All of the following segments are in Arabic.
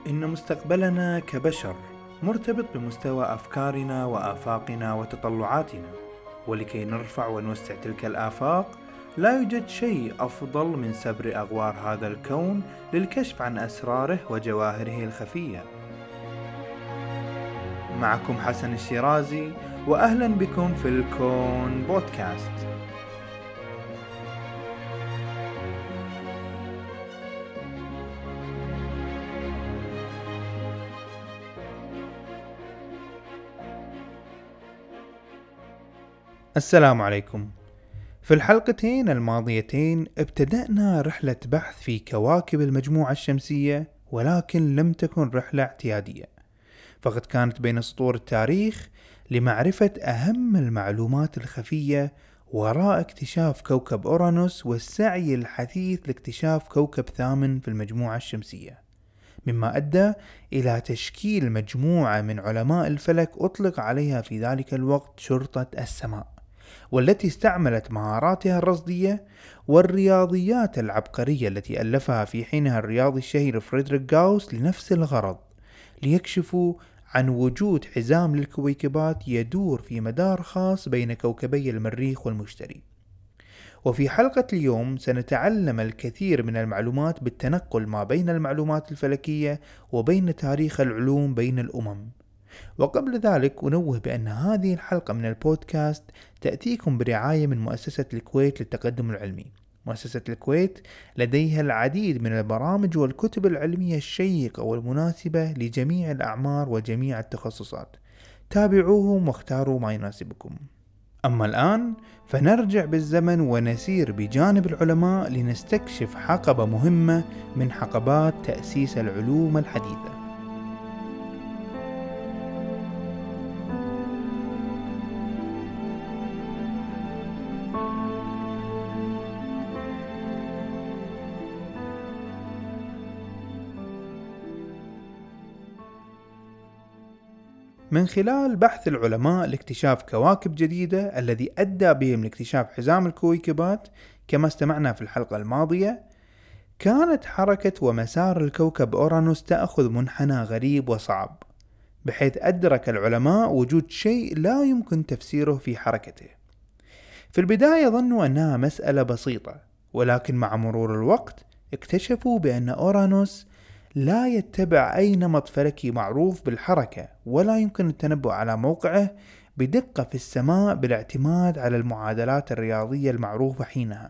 إن مستقبلنا كبشر مرتبط بمستوى أفكارنا وآفاقنا وتطلعاتنا، ولكي نرفع ونوسع تلك الآفاق لا يوجد شيء أفضل من سبر أغوار هذا الكون للكشف عن أسراره وجواهره الخفية. معكم حسن الشيرازي، وأهلا بكم في الكون بودكاست. السلام عليكم. في الحلقتين الماضيتين ابتدأنا رحلة بحث في كواكب المجموعة الشمسية، ولكن لم تكن رحلة اعتيادية، فقد كانت بين سطور التاريخ لمعرفة أهم المعلومات الخفية وراء اكتشاف كوكب أورانوس والسعي الحثيث لاكتشاف كوكب ثامن في المجموعة الشمسية، مما أدى إلى تشكيل مجموعة من علماء الفلك أطلق عليها في ذلك الوقت شرطة السماء، والتي استعملت مهاراتها الرصدية والرياضيات العبقرية التي ألفها في حينها الرياضي الشهير فريدريك غاوس لنفس الغرض، ليكشفوا عن وجود حزام للكويكبات يدور في مدار خاص بين كوكبي المريخ والمشتري. وفي حلقة اليوم سنتعلم الكثير من المعلومات بالتنقل ما بين المعلومات الفلكية وبين تاريخ العلوم بين الأمم. وقبل ذلك أنوه بأن هذه الحلقة من البودكاست تأتيكم برعاية من مؤسسة الكويت للتقدم العلمي. مؤسسة الكويت لديها العديد من البرامج والكتب العلمية الشيقة والمناسبة لجميع الأعمار وجميع التخصصات. تابعوهم واختاروا ما يناسبكم. أما الآن فنرجع بالزمن ونسير بجانب العلماء لنستكشف حقبة مهمة من حقبات تأسيس العلوم الحديثة. من خلال بحث العلماء لاكتشاف كواكب جديدة الذي أدى بهم لاكتشاف حزام الكويكبات كما استمعنا في الحلقة الماضية، كانت حركة ومسار الكوكب أورانوس تأخذ منحنى غريب وصعب، بحيث أدرك العلماء وجود شيء لا يمكن تفسيره في حركته. في البداية ظنوا أنها مسألة بسيطة، ولكن مع مرور الوقت اكتشفوا بأن أورانوس لا يتبع أي نمط فلكي معروف بالحركة، ولا يمكن التنبؤ على موقعه بدقة في السماء بالاعتماد على المعادلات الرياضية المعروفة حينها.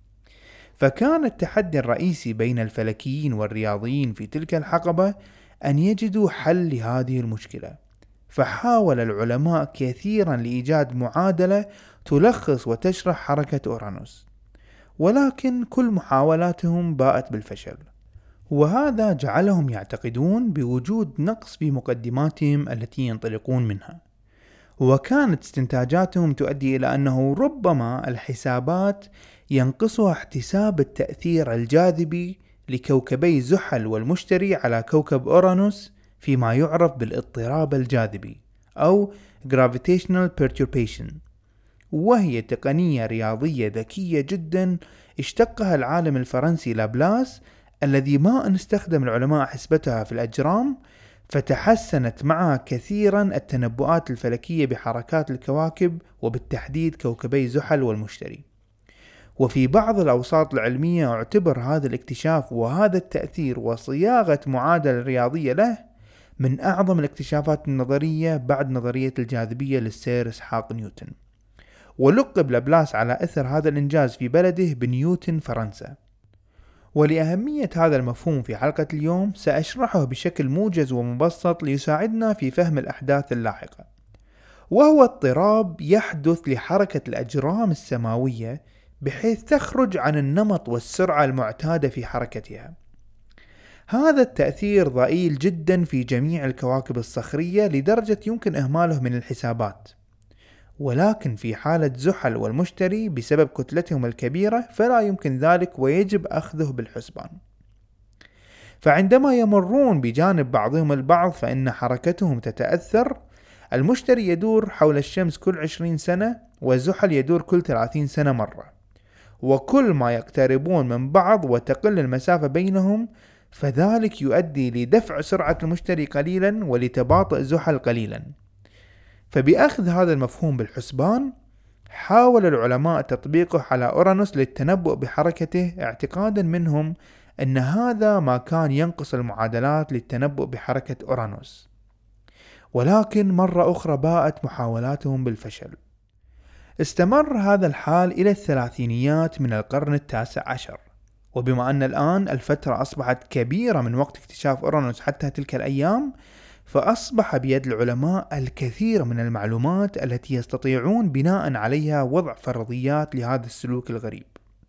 فكان التحدي الرئيسي بين الفلكيين والرياضيين في تلك الحقبة أن يجدوا حل لهذه المشكلة. فحاول العلماء كثيرا لإيجاد معادلة تلخص وتشرح حركة أورانوس، ولكن كل محاولاتهم باءت بالفشل، وهذا جعلهم يعتقدون بوجود نقص في مقدماتهم التي ينطلقون منها. وكانت استنتاجاتهم تؤدي إلى أنه ربما الحسابات ينقصها احتساب التأثير الجاذبي لكوكبي زحل والمشتري على كوكب أورانوس فيما يعرف بالاضطراب الجاذبي أو gravitational perturbation، وهي تقنية رياضية ذكية جدا اشتقها العالم الفرنسي لابلاس، الذي ما أن استخدم العلماء حسبتها في الأجرام، فتحسنت معها كثيرا التنبؤات الفلكية بحركات الكواكب وبالتحديد كوكبي زحل والمشتري. وفي بعض الأوساط العلمية اعتبر هذا الاكتشاف وهذا التأثير وصياغة معادلة رياضية له من أعظم الاكتشافات النظرية بعد نظرية الجاذبية للسير إسحاق نيوتن. ولقب لابلاس على أثر هذا الإنجاز في بلده بنيوتن فرنسا. ولأهمية هذا المفهوم في حلقة اليوم سأشرحه بشكل موجز ومبسط ليساعدنا في فهم الأحداث اللاحقة، وهو اضطراب يحدث لحركة الأجرام السماوية بحيث تخرج عن النمط والسرعة المعتادة في حركتها. هذا التأثير ضئيل جدا في جميع الكواكب الصخرية لدرجة يمكن إهماله من الحسابات، ولكن في حالة زحل والمشتري بسبب كتلتهم الكبيرة فلا يمكن ذلك ويجب أخذه بالحسبان. فعندما يمرون بجانب بعضهم البعض فإن حركتهم تتأثر. المشتري يدور حول الشمس كل 20 سنة، وزحل يدور كل 30 سنة مرة، وكل ما يقتربون من بعض وتقل المسافة بينهم فذلك يؤدي لدفع سرعة المشتري قليلا ولتباطؤ زحل قليلا. فبأخذ هذا المفهوم بالحسبان، حاول العلماء تطبيقه على أورانوس للتنبؤ بحركته، اعتقادا منهم أن هذا ما كان ينقص المعادلات للتنبؤ بحركة أورانوس. ولكن مرة أخرى باءت محاولاتهم بالفشل. استمر هذا الحال إلى الثلاثينيات من القرن التاسع عشر، وبما أن الآن الفترة أصبحت كبيرة من وقت اكتشاف أورانوس حتى تلك الأيام، فأصبح بيد العلماء الكثير من المعلومات التي يستطيعون بناء عليها وضع فرضيات لهذا السلوك الغريب.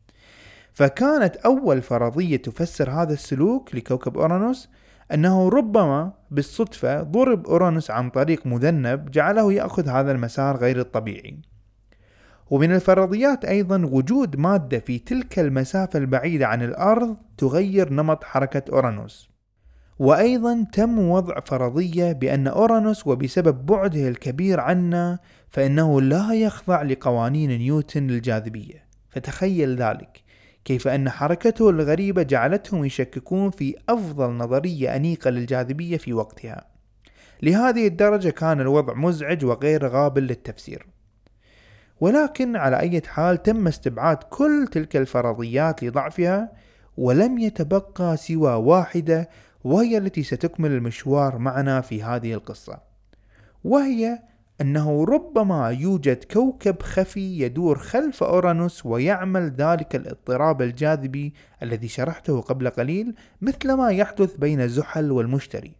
فكانت أول فرضية تفسر هذا السلوك لكوكب أورانوس أنه ربما بالصدفة ضرب أورانوس عن طريق مذنب جعله يأخذ هذا المسار غير الطبيعي. ومن الفرضيات أيضا وجود مادة في تلك المسافة البعيدة عن الأرض تغير نمط حركة أورانوس. وأيضا تم وضع فرضية بأن أورانوس وبسبب بعده الكبير عنا فإنه لا يخضع لقوانين نيوتن للجاذبية. فتخيل ذلك، كيف أن حركته الغريبة جعلتهم يشككون في أفضل نظرية أنيقة للجاذبية في وقتها. لهذه الدرجة كان الوضع مزعج وغير قابل للتفسير. ولكن على أي حال تم استبعاد كل تلك الفرضيات لضعفها، ولم يتبقى سوى واحدة، وهي التي ستكمل المشوار معنا في هذه القصة، وهي أنه ربما يوجد كوكب خفي يدور خلف أورانوس ويعمل ذلك الاضطراب الجاذبي الذي شرحته قبل قليل، مثل ما يحدث بين زحل والمشتري.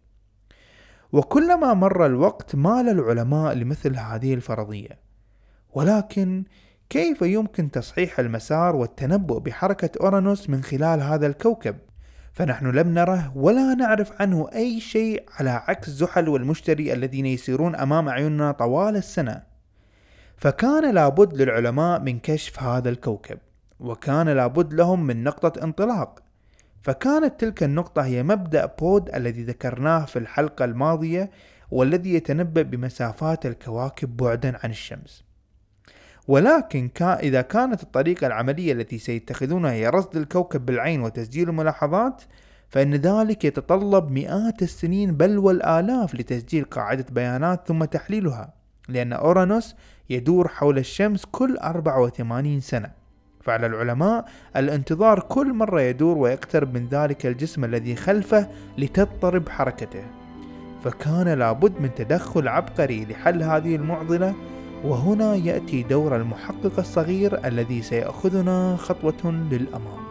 وكلما مر الوقت مال العلماء لمثل هذه الفرضية. ولكن كيف يمكن تصحيح المسار والتنبؤ بحركة أورانوس من خلال هذا الكوكب؟ فنحن لم نره ولا نعرف عنه أي شيء، على عكس زحل والمشتري الذين يسيرون أمام أعيننا طوال السنة. فكان لابد للعلماء من كشف هذا الكوكب، وكان لابد لهم من نقطة انطلاق. فكانت تلك النقطة هي مبدأ بود الذي ذكرناه في الحلقة الماضية، والذي يتنبأ بمسافات الكواكب بعدا عن الشمس. ولكن إذا كانت الطريقة العملية التي سيتخذونها هي رصد الكوكب بالعين وتسجيل الملاحظات، فإن ذلك يتطلب مئات السنين بل والآلاف لتسجيل قاعدة بيانات ثم تحليلها، لأن أورانوس يدور حول الشمس كل 84 سنة. فعلى العلماء الانتظار كل مرة يدور ويقترب من ذلك الجسم الذي خلفه لتضطرب حركته. فكان لابد من تدخل عبقري لحل هذه المعضلة، وهنا يأتي دور المحقق الصغير الذي سيأخذنا خطوة للأمام.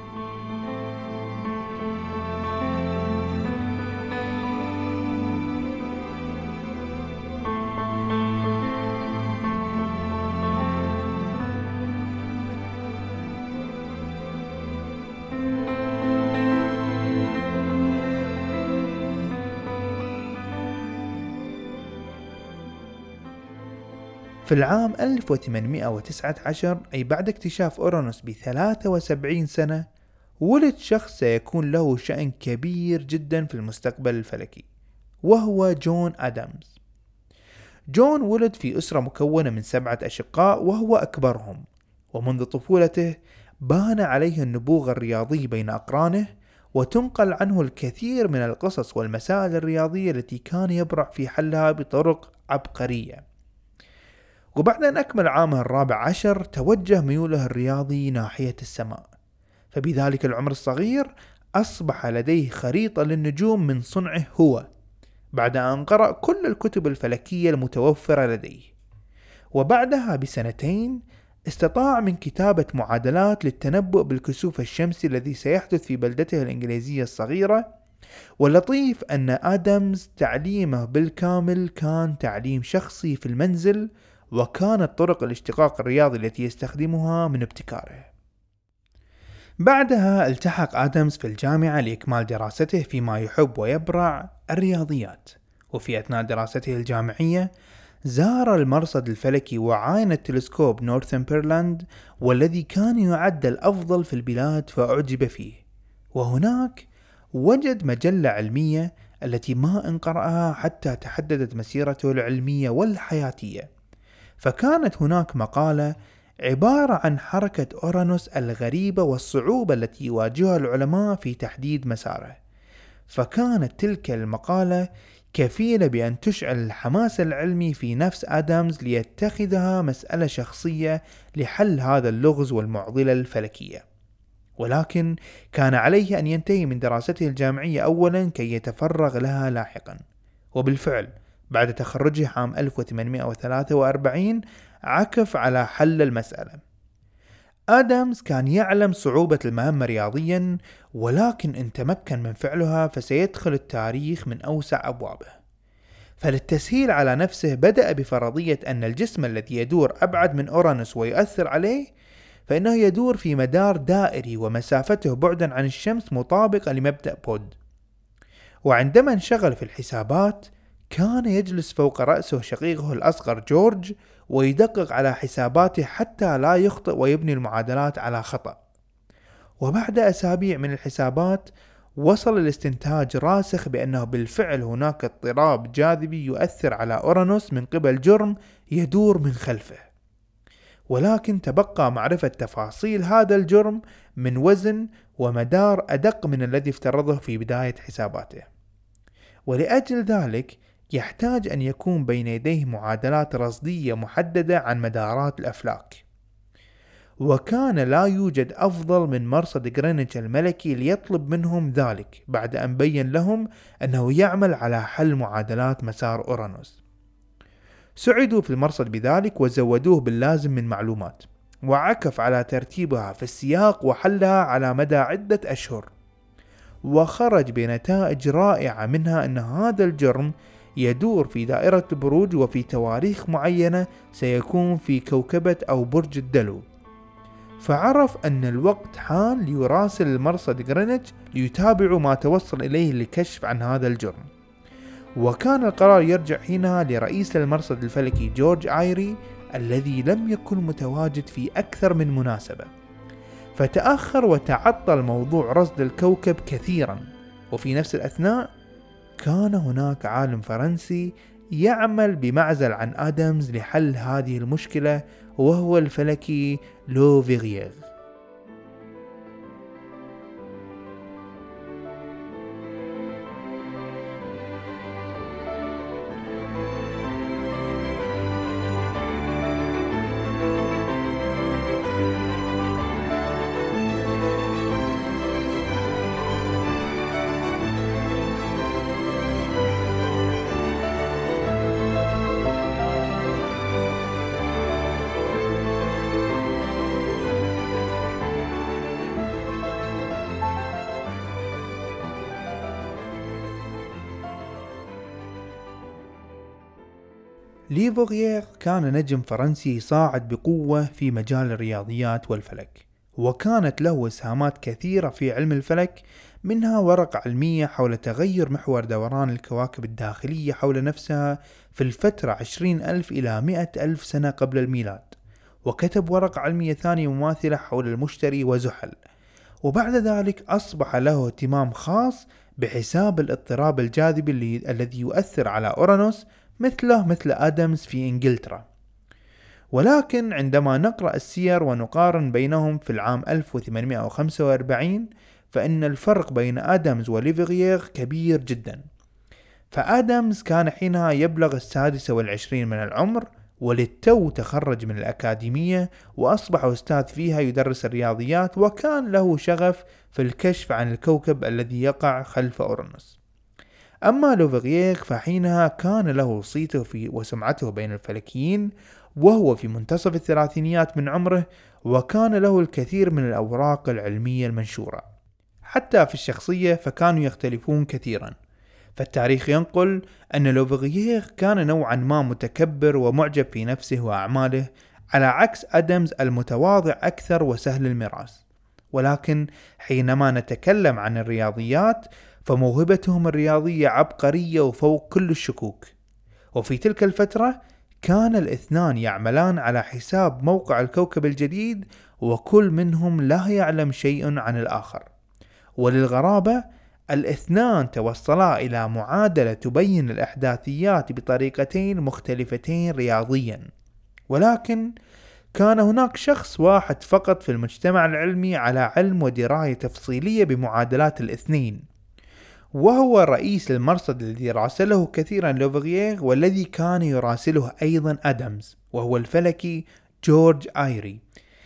في العام 1819، أي بعد اكتشاف أورانوس ب73 سنة، ولد شخص سيكون له شأن كبير جدا في المستقبل الفلكي، وهو جون آدامز. جون ولد في أسرة مكونة من 7 أشقاء وهو أكبرهم، ومنذ طفولته بان عليه النبوغ الرياضي بين أقرانه، وتنقل عنه الكثير من القصص والمسائل الرياضية التي كان يبرع في حلها بطرق عبقرية. وبعد أن أكمل عامه 14 توجه ميوله الرياضي ناحية السماء، فبذلك العمر الصغير أصبح لديه خريطة للنجوم من صنعه هو، بعد أن قرأ كل الكتب الفلكية المتوفرة لديه. وبعدها ب2 استطاع من كتابة معادلات للتنبؤ بالكسوف الشمسي الذي سيحدث في بلدته الإنجليزية الصغيرة. واللطيف أن آدامز تعليمه بالكامل كان تعليم شخصي في المنزل، وكانت طرق الاشتقاق الرياضي التي يستخدمها من ابتكاره. بعدها التحق آدامز في الجامعة لإكمال دراسته فيما يحب ويبرع الرياضيات. وفي أثناء دراسته الجامعية زار المرصد الفلكي وعاين التلسكوب نورثمبرلاند، والذي كان يعد الأفضل في البلاد، فأعجب فيه. وهناك وجد مجلة علمية التي ما انقرأها حتى تحددت مسيرته العلمية والحياتية. فكانت هناك مقالة عبارة عن حركة أورانوس الغريبة والصعوبة التي يواجهها العلماء في تحديد مساره. فكانت تلك المقالة كفيلة بأن تشعل الحماس العلمي في نفس آدامز ليتخذها مسألة شخصية لحل هذا اللغز والمعضلة الفلكية. ولكن كان عليه أن ينتهي من دراسته الجامعية أولا كي يتفرغ لها لاحقا. وبالفعل بعد تخرجه عام 1843 عكف على حل المسألة. آدامز كان يعلم صعوبة المهمة رياضيا، ولكن إن تمكن من فعلها فسيدخل التاريخ من أوسع أبوابه. فللتسهيل على نفسه بدأ بفرضية أن الجسم الذي يدور أبعد من أورانوس ويؤثر عليه فإنه يدور في مدار دائري ومسافته بعدا عن الشمس مطابقة لمبدأ بود. وعندما انشغل في الحسابات كان يجلس فوق رأسه شقيقه الأصغر جورج ويدقق على حساباته حتى لا يخطئ ويبني المعادلات على خطأ. وبعد أسابيع من الحسابات وصل الاستنتاج راسخ بأنه بالفعل هناك اضطراب جاذبي يؤثر على أورانوس من قبل جرم يدور من خلفه. ولكن تبقى معرفة تفاصيل هذا الجرم من وزن ومدار أدق من الذي افترضه في بداية حساباته. ولأجل ذلك يحتاج أن يكون بين يديه معادلات رصدية محددة عن مدارات الأفلاك. وكان لا يوجد أفضل من مرصد غرينتش الملكي ليطلب منهم ذلك بعد أن بين لهم أنه يعمل على حل معادلات مسار أورانوس. سعدوا في المرصد بذلك وزودوه باللازم من معلومات، وعكف على ترتيبها في السياق وحلها على مدى عدة أشهر، وخرج بنتائج رائعة منها أن هذا الجرم يدور في دائرة البروج وفي تواريخ معينة سيكون في كوكبة أو برج الدلو. فعرف أن الوقت حان ليراسل المرصد غرينتش ليتابعوا ما توصل إليه للكشف عن هذا الجرم. وكان القرار يرجع حينها لرئيس المرصد الفلكي جورج آيري الذي لم يكن متواجد في أكثر من مناسبة. فتأخر وتعطل موضوع رصد الكوكب كثيرا. وفي نفس الأثناء كان هناك عالم فرنسي يعمل بمعزل عن آدامز لحل هذه المشكلة، وهو الفلكي لوفيغييغ. لوفيغييغ كان نجم فرنسي صاعد بقوة في مجال الرياضيات والفلك، وكانت له إسهامات كثيرة في علم الفلك، منها ورقة علمية حول تغير محور دوران الكواكب الداخلية حول نفسها في الفترة 20,000 إلى 100,000 سنة قبل الميلاد، وكتب ورقة علمية ثانية مماثلة حول المشتري وزحل. وبعد ذلك أصبح له اهتمام خاص بحساب الاضطراب الجاذبي الذي يؤثر على أورانوس مثل آدامز في إنجلترا. ولكن عندما نقرأ السير ونقارن بينهم في العام 1845 فإن الفرق بين آدامز ولوفيغييغ كبير جدا. فآدامز كان حينها يبلغ 26 من العمر، وللتو تخرج من الأكاديمية وأصبح أستاذ فيها يدرس الرياضيات، وكان له شغف في الكشف عن الكوكب الذي يقع خلف أورانوس. أما لوفيغييغ فحينها كان له صيته وسمعته بين الفلكيين، وهو في منتصف الثلاثينيات من عمره، وكان له الكثير من الأوراق العلمية المنشورة. حتى في الشخصية فكانوا يختلفون كثيرا. فالتاريخ ينقل أن لوفيغييغ كان نوعا ما متكبر ومعجب في نفسه وأعماله، على عكس آدامز المتواضع أكثر وسهل المراس. ولكن حينما نتكلم عن الرياضيات فموهبتهم الرياضية عبقرية وفوق كل الشكوك. وفي تلك الفترة كان الاثنان يعملان على حساب موقع الكوكب الجديد، وكل منهم لا يعلم شيء عن الآخر. وللغرابة الاثنان توصلا إلى معادلة تبين الإحداثيات بطريقتين مختلفتين رياضيا. ولكن كان هناك شخص واحد فقط في المجتمع العلمي على علم ودراية تفصيلية بمعادلات الاثنين، وهو رئيس المرصد الذي راسله كثيرا لوفغييغ، والذي كان يراسله أيضا آدمز، وهو الفلكي جورج آيري.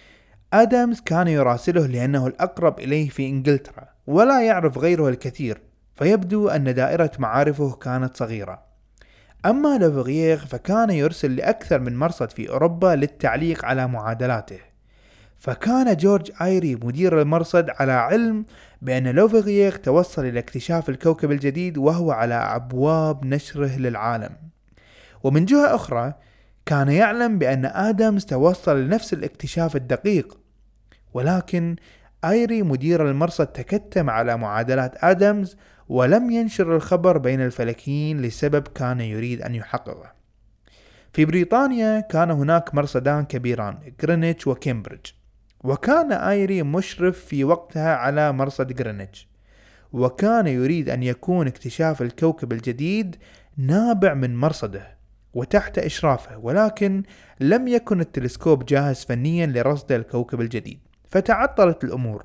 آدمز كان يراسله لأنه الأقرب إليه في إنجلترا، ولا يعرف غيره الكثير، فيبدو أن دائرة معارفه كانت صغيرة. أما لوفغييغ فكان يرسل لأكثر من مرصد في أوروبا للتعليق على معادلاته، فكان جورج آيري مدير المرصد على علم بأن لوفغييغ توصل إلى اكتشاف الكوكب الجديد، وهو على أبواب نشره للعالم. ومن جهة أخرى كان يعلم بأن آدمز توصل لنفس الاكتشاف الدقيق، ولكن آيري مدير المرصد تكتم على معادلات آدمز ولم ينشر الخبر بين الفلكيين لسبب كان يريد أن يحققه. في بريطانيا كان هناك مرصدان كبيران، غرينتش وكامبريدج، وكان آيري مشرف في وقتها على مرصد غرينتش، وكان يريد أن يكون اكتشاف الكوكب الجديد نابع من مرصده وتحت إشرافه، ولكن لم يكن التلسكوب جاهز فنيا لرصد الكوكب الجديد، فتعطلت الأمور.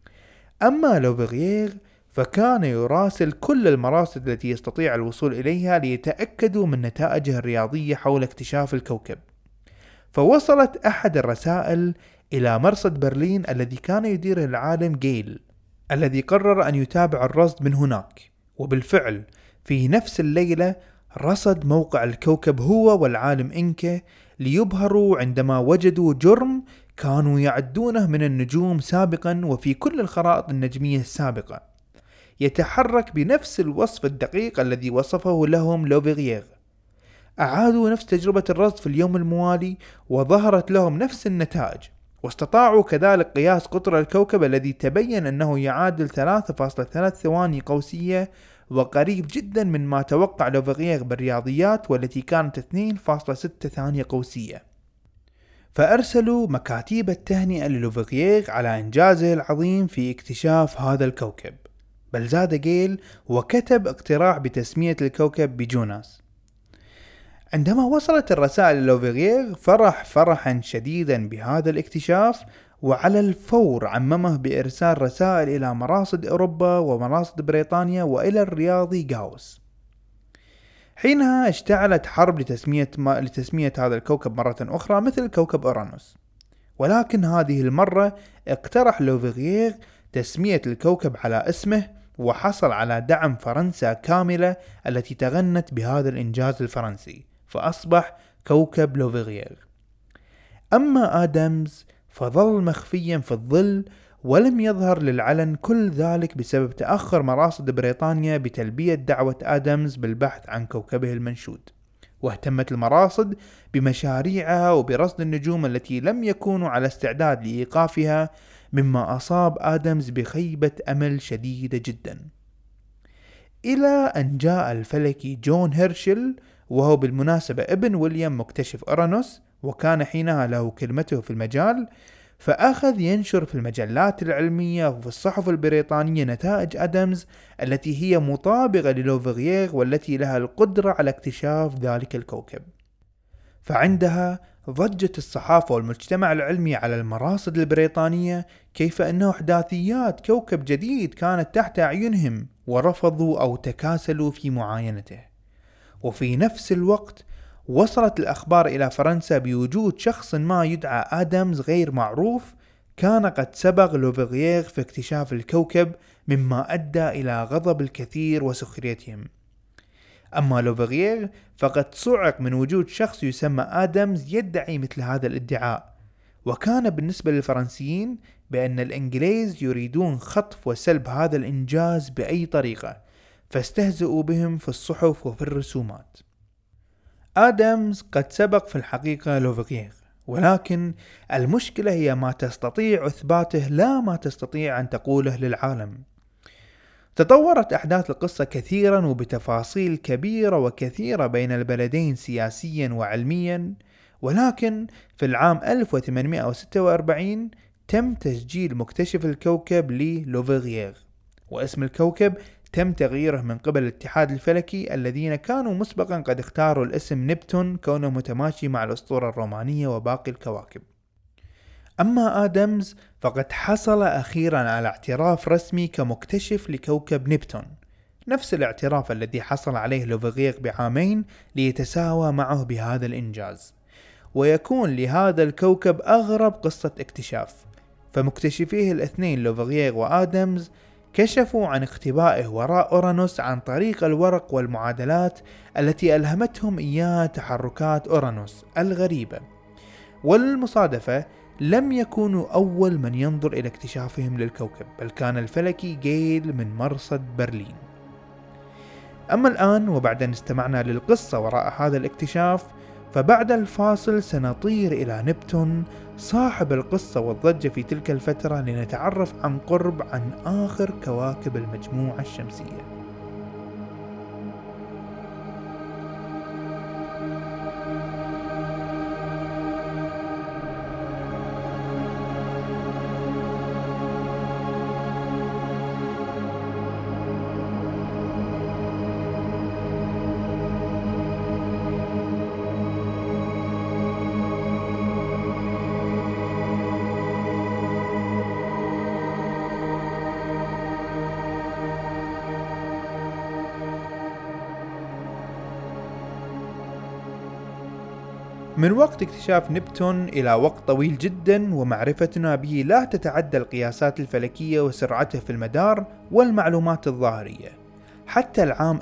أما لوفغييغ فكان يراسل كل المراصد التي يستطيع الوصول إليها ليتأكدوا من نتائجه الرياضية حول اكتشاف الكوكب. فوصلت أحد الرسائل إلى مرصد برلين الذي كان يديره العالم جيل، الذي قرر أن يتابع الرصد من هناك. وبالفعل في نفس الليلة رصد موقع الكوكب هو والعالم إنكا، ليبهروا عندما وجدوا جرم كانوا يعدونه من النجوم سابقا وفي كل الخرائط النجمية السابقة، يتحرك بنفس الوصف الدقيق الذي وصفه لهم لوفغييغ. أعادوا نفس تجربة الرصد في اليوم الموالي وظهرت لهم نفس النتائج، واستطاعوا كذلك قياس قطر الكوكب الذي تبين أنه يعادل 3.3 ثواني قوسية، وقريب جدا من ما توقع لوفغييغ بالرياضيات والتي كانت 2.6 ثانية قوسية. فأرسلوا مكاتيب التهنئة للوفغييغ على إنجازه العظيم في اكتشاف هذا الكوكب، بل زاد جيل وكتب اقتراح بتسمية الكوكب بجوناس. عندما وصلت الرسائل للوفغييغ فرح فرحا شديدا بهذا الاكتشاف، وعلى الفور عممه بإرسال رسائل إلى مراصد أوروبا ومراصد بريطانيا وإلى الرياضي غاوس. حينها اشتعلت حرب لتسمية هذا الكوكب مرة أخرى مثل كوكب أورانوس، ولكن هذه المرة اقترح لوفغييغ تسمية الكوكب على اسمه، وحصل على دعم فرنسا كاملة التي تغنت بهذا الإنجاز الفرنسي، فأصبح كوكب لوفغييغ. أما آدمز فظل مخفيا في الظل ولم يظهر للعلن، كل ذلك بسبب تأخر مراصد بريطانيا بتلبية دعوة آدمز بالبحث عن كوكبه المنشود، واهتمت المراصد بمشاريعها وبرصد النجوم التي لم يكونوا على استعداد لإيقافها، مما أصاب آدمز بخيبة أمل شديدة جدا. إلى أن جاء الفلكي جون هيرشل، وهو بالمناسبة ابن ويليام مكتشف أورانوس، وكان حينها له كلمته في المجال، فأخذ ينشر في المجلات العلمية وفي الصحف البريطانية نتائج آدمز التي هي مطابقة للوفغييغ والتي لها القدرة على اكتشاف ذلك الكوكب. فعندها ضجت الصحافة والمجتمع العلمي على المراصد البريطانية كيف أن أحداثيات كوكب جديد كانت تحت أعينهم، ورفضوا أو تكاسلوا في معاينته. وفي نفس الوقت وصلت الأخبار إلى فرنسا بوجود شخص ما يدعى آدمز غير معروف كان قد سبق لوفغييغ في اكتشاف الكوكب، مما أدى إلى غضب الكثير وسخريتهم. أما لوفغييغ فقد صعق من وجود شخص يسمى آدمز يدعي مثل هذا الادعاء، وكان بالنسبة للفرنسيين بأن الإنجليز يريدون خطف وسلب هذا الإنجاز بأي طريقة، فاستهزئوا بهم في الصحف وفي الرسومات. آدمز قد سبق في الحقيقة لوفغييغ، ولكن المشكلة هي ما تستطيع إثباته لا ما تستطيع أن تقوله للعالم. تطورت أحداث القصة كثيرا وبتفاصيل كبيرة وكثيرة بين البلدين سياسيا وعلميا، ولكن في العام 1846 تم تسجيل مكتشف الكوكب للوفغييغ، واسم الكوكب تم تغييره من قبل الاتحاد الفلكي الذين كانوا مسبقا قد اختاروا الاسم نبتون كونه متماشي مع الأسطورة الرومانية وباقي الكواكب. أما آدمز فقد حصل أخيرا على اعتراف رسمي كمكتشف لكوكب نبتون، نفس الاعتراف الذي حصل عليه لوفغيغ بعامين ليتساوى معه بهذا الإنجاز، ويكون لهذا الكوكب أغرب قصة اكتشاف. فمكتشفيه الاثنين لوفغيغ وآدمز كشفوا عن اختبائه وراء أورانوس عن طريق الورق والمعادلات التي ألهمتهم إياه تحركات أورانوس الغريبة. والمصادفة لم يكونوا أول من ينظر إلى اكتشافهم للكوكب، بل كان الفلكي جيل من مرصد برلين. أما الآن وبعد أن استمعنا للقصة وراء هذا الاكتشاف، فبعد الفاصل سنطير إلى نبتون صاحب القصة والضجة في تلك الفترة لنتعرف عن قرب عن آخر كواكب المجموعة الشمسية. من وقت اكتشاف نبتون إلى وقت طويل جدا، ومعرفتنا به لا تتعدى القياسات الفلكية وسرعته في المدار والمعلومات الظاهرية، حتى العام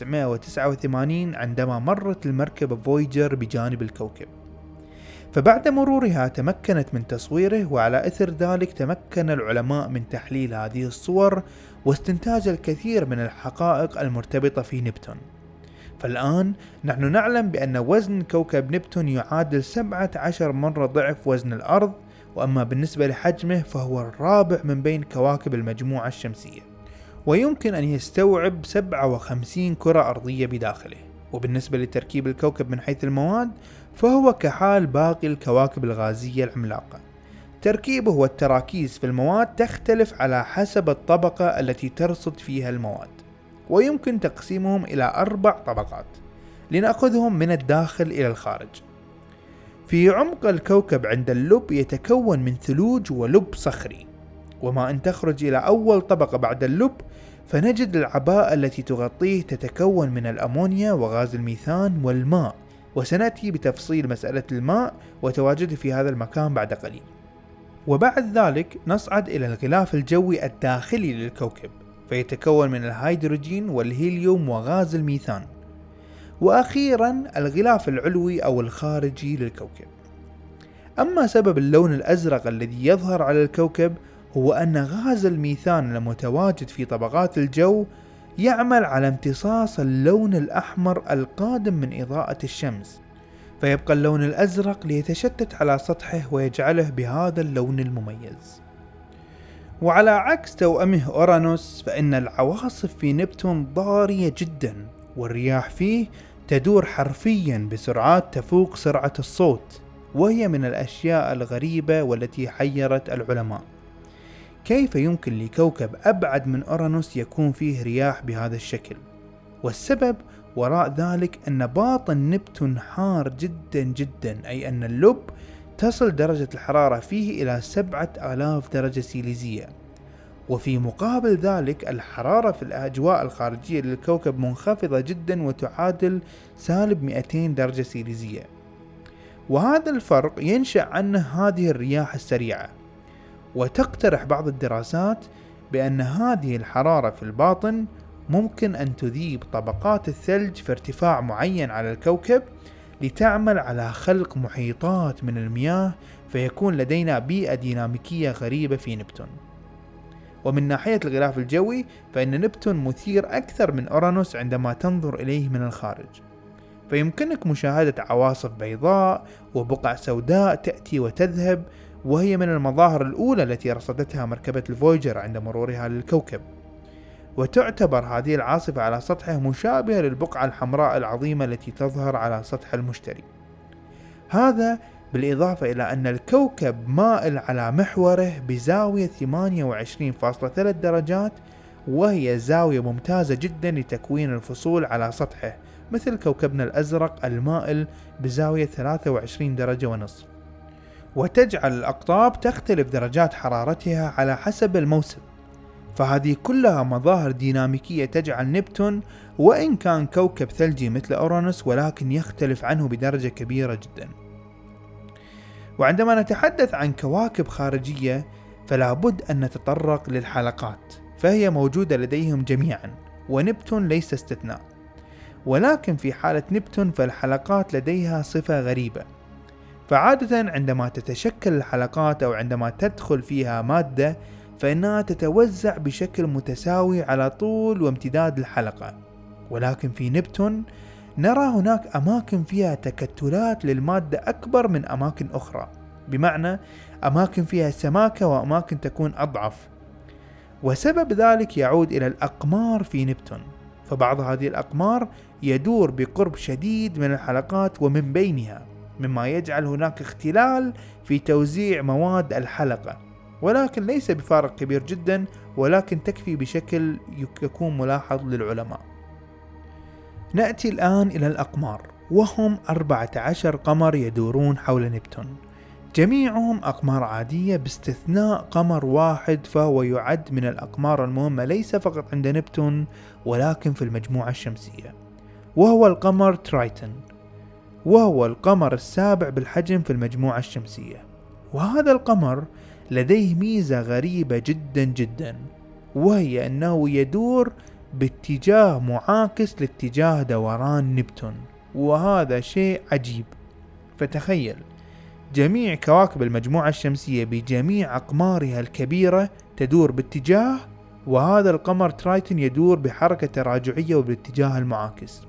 1989 عندما مرت المركبة فويجر بجانب الكوكب. فبعد مرورها تمكنت من تصويره، وعلى إثر ذلك تمكن العلماء من تحليل هذه الصور واستنتاج الكثير من الحقائق المرتبطة في نبتون. فالآن نحن نعلم بأن وزن كوكب نبتون يعادل 17 مرة ضعف وزن الأرض، وأما بالنسبة لحجمه فهو الرابع من بين كواكب المجموعة الشمسية، ويمكن أن يستوعب 57 كرة أرضية بداخله. وبالنسبة لتركيب الكوكب من حيث المواد فهو كحال باقي الكواكب الغازية العملاقة، تركيبه والتراكيز في المواد تختلف على حسب الطبقة التي ترصد فيها المواد، ويمكن تقسيمهم إلى 4 طبقات لنأخذهم من الداخل إلى الخارج. في عمق الكوكب عند اللب يتكون من ثلوج ولب صخري، وما أن تخرج إلى أول طبقة بعد اللب فنجد العباءة التي تغطيه تتكون من الأمونيا وغاز الميثان والماء، وسنأتي بتفصيل مسألة الماء وتواجده في هذا المكان بعد قليل. وبعد ذلك نصعد إلى الغلاف الجوي الداخلي للكوكب، فيتكون من الهيدروجين والهيليوم وغاز الميثان، وأخيرا الغلاف العلوي أو الخارجي للكوكب. أما سبب اللون الأزرق الذي يظهر على الكوكب هو أن غاز الميثان المتواجد في طبقات الجو يعمل على امتصاص اللون الأحمر القادم من إضاءة الشمس، فيبقى اللون الأزرق ليتشتت على سطحه ويجعله بهذا اللون المميز. وعلى عكس توأمه أورانوس فإن العواصف في نبتون ضارية جدا، والرياح فيه تدور حرفيا بسرعات تفوق سرعة الصوت، وهي من الأشياء الغريبة والتي حيرت العلماء. كيف يمكن لكوكب أبعد من أورانوس يكون فيه رياح بهذا الشكل؟ والسبب وراء ذلك أن باطن نبتون حار جدا جدا، أي أن اللب تصل درجة الحرارة فيه إلى 7000 درجة سيليزية، وفي مقابل ذلك الحرارة في الأجواء الخارجية للكوكب منخفضة جدا وتعادل -200 درجة سيليزية. وهذا الفرق ينشأ عنه هذه الرياح السريعة، وتقترح بعض الدراسات بأن هذه الحرارة في الباطن ممكن أن تذيب طبقات الثلج في ارتفاع معين على الكوكب لتعمل على خلق محيطات من المياه، فيكون لدينا بيئة ديناميكية غريبة في نبتون. ومن ناحية الغلاف الجوي فإن نبتون مثير أكثر من أورانوس عندما تنظر إليه من الخارج، فيمكنك مشاهدة عواصف بيضاء وبقع سوداء تأتي وتذهب، وهي من المظاهر الأولى التي رصدتها مركبة الفويجر عند مرورها للكوكب. وتعتبر هذه العاصفة على سطحه مشابهة للبقعة الحمراء العظيمة التي تظهر على سطح المشتري. هذا بالإضافة إلى أن الكوكب مائل على محوره بزاوية 28.3 درجات، وهي زاوية ممتازة جدا لتكوين الفصول على سطحه، مثل كوكبنا الأزرق المائل بزاوية 23 درجة ونصف. وتجعل الأقطاب تختلف درجات حرارتها على حسب الموسم، فهذه كلها مظاهر ديناميكية تجعل نبتون وإن كان كوكب ثلجي مثل أورانوس ولكن يختلف عنه بدرجة كبيرة جدا. وعندما نتحدث عن كواكب خارجية فلا بد أن نتطرق للحلقات، فهي موجودة لديهم جميعا ونبتون ليس استثناء. ولكن في حالة نبتون فالحلقات لديها صفة غريبة، فعادة عندما تتشكل الحلقات أو عندما تدخل فيها مادة فإنها تتوزع بشكل متساوي على طول وامتداد الحلقة. ولكن في نبتون نرى هناك أماكن فيها تكتلات للمادة أكبر من أماكن أخرى، بمعنى أماكن فيها سماكة وأماكن تكون أضعف، وسبب ذلك يعود إلى الأقمار في نبتون. فبعض هذه الأقمار يدور بقرب شديد من الحلقات ومن بينها، مما يجعل هناك اختلال في توزيع مواد الحلقة، ولكن ليس بفارق كبير جدا، ولكن تكفي بشكل يكون ملاحظ للعلماء. نأتي الآن إلى الأقمار، وهم 14 قمر يدورون حول نبتون، جميعهم أقمار عادية باستثناء قمر واحد، فهو يعد من الأقمار المهمة ليس فقط عند نبتون ولكن في المجموعة الشمسية، وهو القمر ترايتون، وهو القمر السابع بالحجم في المجموعة الشمسية. وهذا القمر لديه ميزة غريبة جدا جدا، وهي أنه يدور باتجاه معاكس لاتجاه دوران نبتون، وهذا شيء عجيب. فتخيل جميع كواكب المجموعة الشمسية بجميع أقمارها الكبيرة تدور باتجاه، وهذا القمر ترايتون يدور بحركة تراجعية وبالاتجاه المعاكس.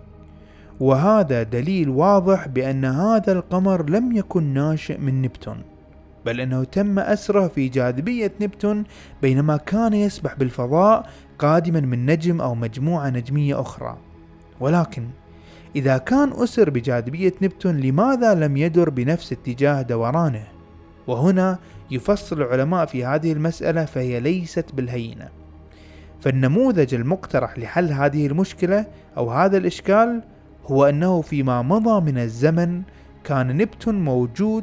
وهذا دليل واضح بأن هذا القمر لم يكن ناشئ من نبتون، بل أنه تم أسره في جاذبية نبتون بينما كان يسبح بالفضاء قادما من نجم أو مجموعة نجمية أخرى. ولكن إذا كان أسر بجاذبية نبتون لماذا لم يدر بنفس اتجاه دورانه؟ وهنا يفصل العلماء في هذه المسألة، فهي ليست بالهينة. فالنموذج المقترح لحل هذه المشكلة أو هذا الإشكال هو أنه فيما مضى من الزمن كان نبتون موجود،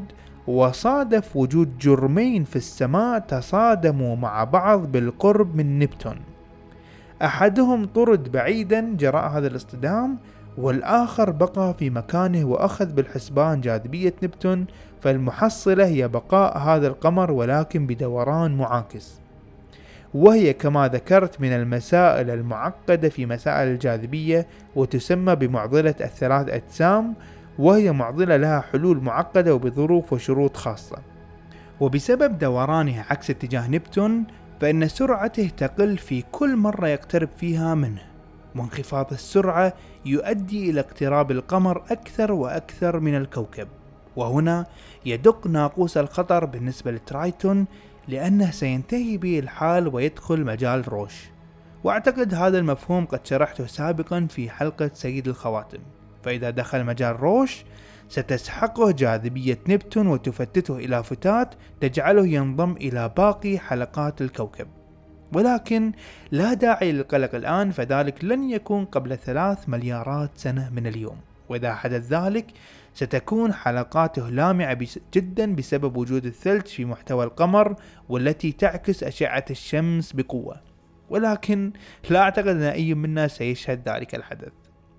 وصادف وجود جرمين في السماء تصادموا مع بعض بالقرب من نبتون، أحدهم طرد بعيدا جراء هذا الاصطدام، والآخر بقى في مكانه وأخذ بالحسبان جاذبية نبتون، فالمحصلة هي بقاء هذا القمر ولكن بدوران معاكس. وهي كما ذكرت من المسائل المعقدة في مسائل الجاذبية، وتسمى بمعضلة الثلاث أجسام، وهي معضلة لها حلول معقدة وبظروف وشروط خاصة. وبسبب دورانه عكس اتجاه نبتون فإن سرعته تقل في كل مرة يقترب فيها منه، وانخفاض السرعة يؤدي إلى اقتراب القمر أكثر وأكثر من الكوكب. وهنا يدق ناقوس الخطر بالنسبة لترايتون، لأنه سينتهي به الحال ويدخل مجال روش. وأعتقد هذا المفهوم قد شرحته سابقا في حلقة سيد الخواتم. فإذا دخل مجال روش ستسحقه جاذبية نبتون وتفتته إلى فتات تجعله ينضم إلى باقي حلقات الكوكب. ولكن لا داعي للقلق الآن، فذلك لن يكون قبل 3 مليارات سنة من اليوم، وإذا حدث ذلك ستكون حلقاته لامعة جدا بسبب وجود الثلج في محتوى القمر، والتي تعكس أشعة الشمس بقوة. ولكن لا أعتقد أن أي منا سيشهد ذلك الحدث.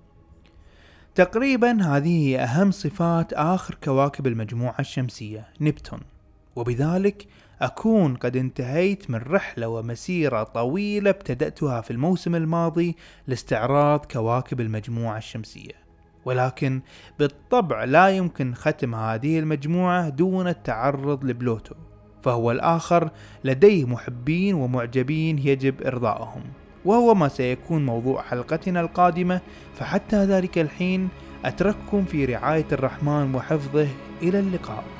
تقريبا هذه هي أهم صفات آخر كواكب المجموعة الشمسية نبتون، وبذلك أكون قد انتهيت من رحلة ومسيرة طويلة ابتدأتها في الموسم الماضي لاستعراض كواكب المجموعة الشمسية. ولكن بالطبع لا يمكن ختم هذه المجموعة دون التعرض لبلوتو، فهو الآخر لديه محبين ومعجبين يجب إرضائهم، وهو ما سيكون موضوع حلقتنا القادمة. فحتى ذلك الحين أترككم في رعاية الرحمن وحفظه، إلى اللقاء.